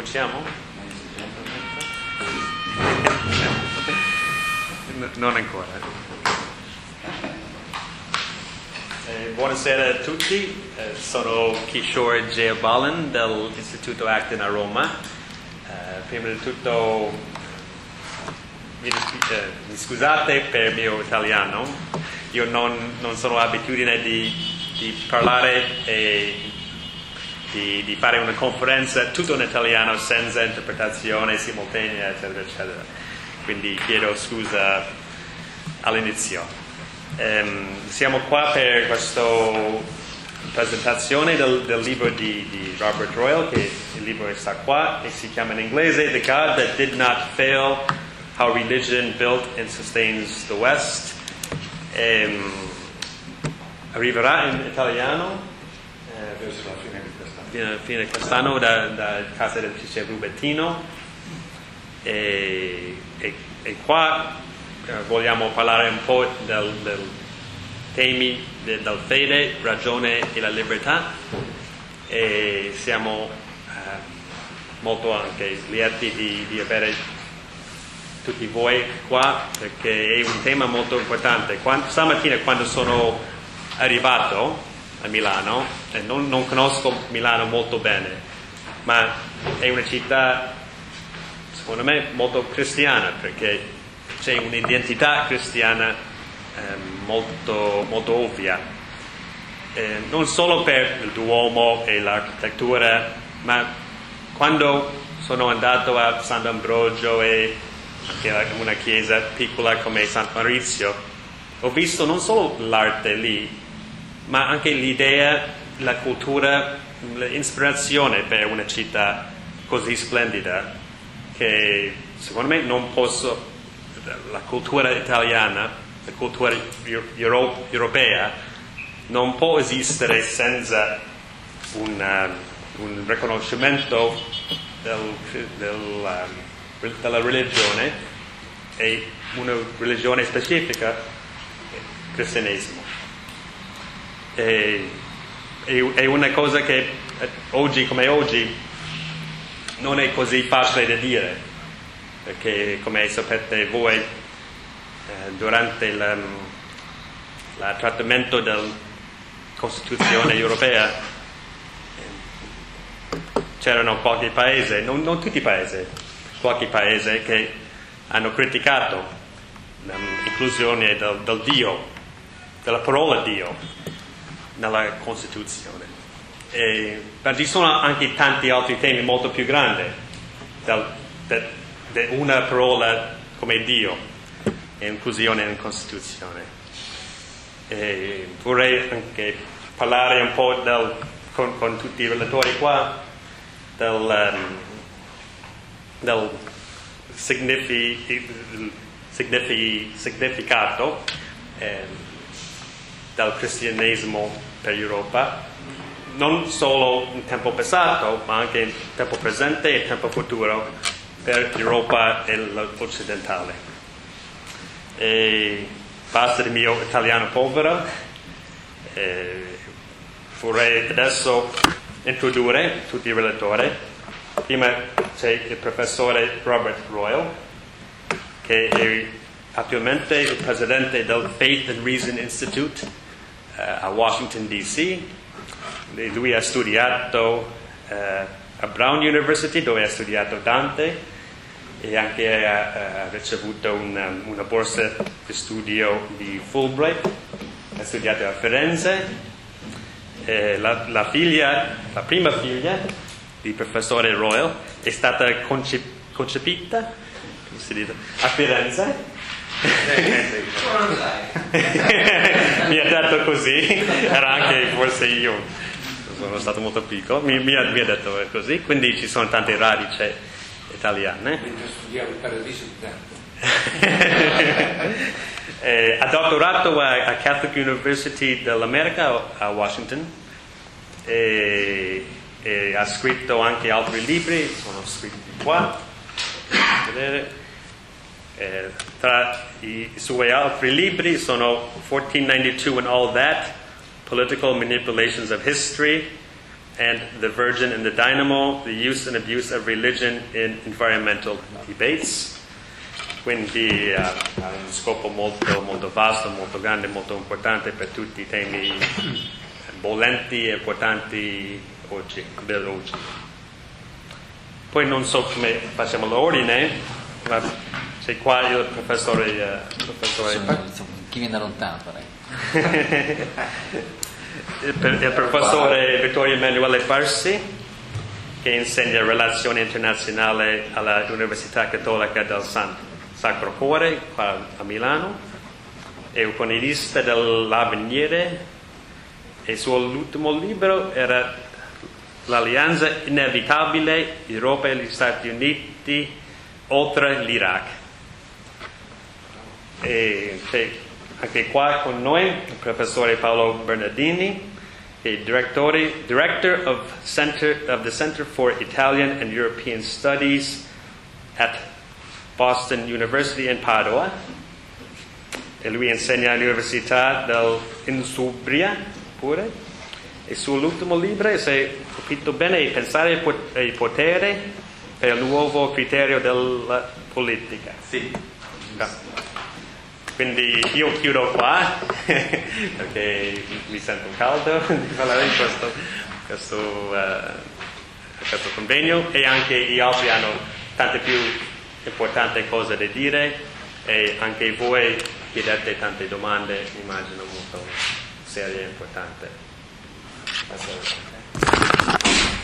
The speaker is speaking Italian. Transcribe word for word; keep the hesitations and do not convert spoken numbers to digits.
Cominciamo? Non ancora. Eh, buonasera a tutti, eh, sono Kishore Jayabalan dell'Istituto Acton a Roma. Eh, prima di tutto mi, eh, mi scusate per il mio italiano, io non, non sono abitudine di, di parlare e di, di fare una conferenza tutto in italiano senza interpretazione simultanea, eccetera, eccetera. Quindi chiedo scusa all'inizio. Um, siamo qua per questa presentazione del, del libro di, di Robert Royle, che il libro sta qua e si chiama in inglese The God That Did Not Fail, How Religion Built and Sustains the West. Um, arriverà in italiano eh, verso la fine di quest'anno, fine, fine quest'anno da, da casa editrice Rubettino e, e, e qua eh, vogliamo parlare un po' del, del temi de, del fede, ragione e la libertà, e siamo eh, molto anche lieti di, di avere tutti voi qua perché è un tema molto importante. Quando, stamattina quando sono arrivato a Milano, e non, non conosco Milano molto bene, ma è una città secondo me molto cristiana perché c'è un'identità cristiana eh, molto, molto ovvia, eh, non solo per il Duomo e l'architettura, ma quando sono andato a Sant'Ambrogio e anche una chiesa piccola come San Maurizio, ho visto non solo l'arte lì, ma anche l'idea, la cultura, l'ispirazione per una città così splendida che secondo me non posso, la cultura italiana, la cultura euro, europea non può esistere senza una, un riconoscimento del, del, um, della religione e una religione specifica, il cristianesimo. E, è una cosa che oggi come oggi non è così facile da dire, perché come sapete voi eh, durante il, um, il trattamento della Costituzione europea eh, c'erano pochi paesi, non, non tutti i paesi, qualche paese che hanno criticato l'inclusione del, del Dio, della parola Dio nella Costituzione. E, ma ci sono anche tanti altri temi molto più grandi di una parola come Dio e inclusione in Costituzione. E vorrei anche parlare un po' del, con, con tutti i relatori qua del, um, del signifi, signifi, significato eh, del cristianesimo per l'Europa, non solo in tempo passato, ma anche in tempo presente e tempo futuro per l'Europa e l'occidentale. E basta il mio italiano povero. E vorrei adesso introdurre tutti i relatori. Prima c'è il professore Robert Royle, che è attualmente il presidente del Faith and Reason Institute uh, a Washington D C. Lui ha studiato uh, a Brown University, dove ha studiato Dante, e anche ha, ha ricevuto una, una borsa di studio di Fulbright. Ha studiato a Firenze. E la, la figlia, la prima figlia di professore Royle è stata concep- concepita come si dice, a Firenze. Mi ha detto così, era anche forse io sono stato molto piccolo, mi, mi, ha, mi ha detto così, quindi ci sono tante radici italiane. Mentre studiavo il paradiso di Dante. eh, ha dottorato a, a Catholic University dell'America a Washington e, e ha scritto anche altri libri, sono scritti qua, vedere. Eh, tra i suoi altri libri sono fourteen ninety-two and All That, Political Manipulations of History, and The Virgin and the Dynamo, The Use and Abuse of Religion in Environmental Debates. Quindi uh, ha uno scopo molto, molto vasto, molto grande, molto importante per tutti i temi bollenti e importanti oggi, dell'oggi. Poi non so come facciamo l'ordine, ma c'è qua il professore... Uh, professore Sono, insomma, chi viene da lontano, il, il professore Vittorio Emanuele Parsi, che insegna relazioni internazionali all'Università Cattolica del San Sacro Cuore qua a Milano, è un cronista dell'Avvenire e il suo ultimo libro era L'alleanza inevitabile Europa e gli Stati Uniti oltre l'Iraq. E c'è anche qua con noi il professore Paolo Bernardini, che è direttore, Director of, Center, of the Center for Italian and European Studies at Boston University in Padova, e lui insegna all'Università dell'Insubria pure, e sull'ultimo libro, se ho capito bene, è pensare ai poteri per il nuovo criterio della politica. Sì. No. Quindi io chiudo qua perché mi sento caldo di parlare di questo, questo, uh, questo convegno, e anche gli altri hanno tante più importanti cose da dire, e anche voi chiedete tante domande, immagino molto serie e importanti.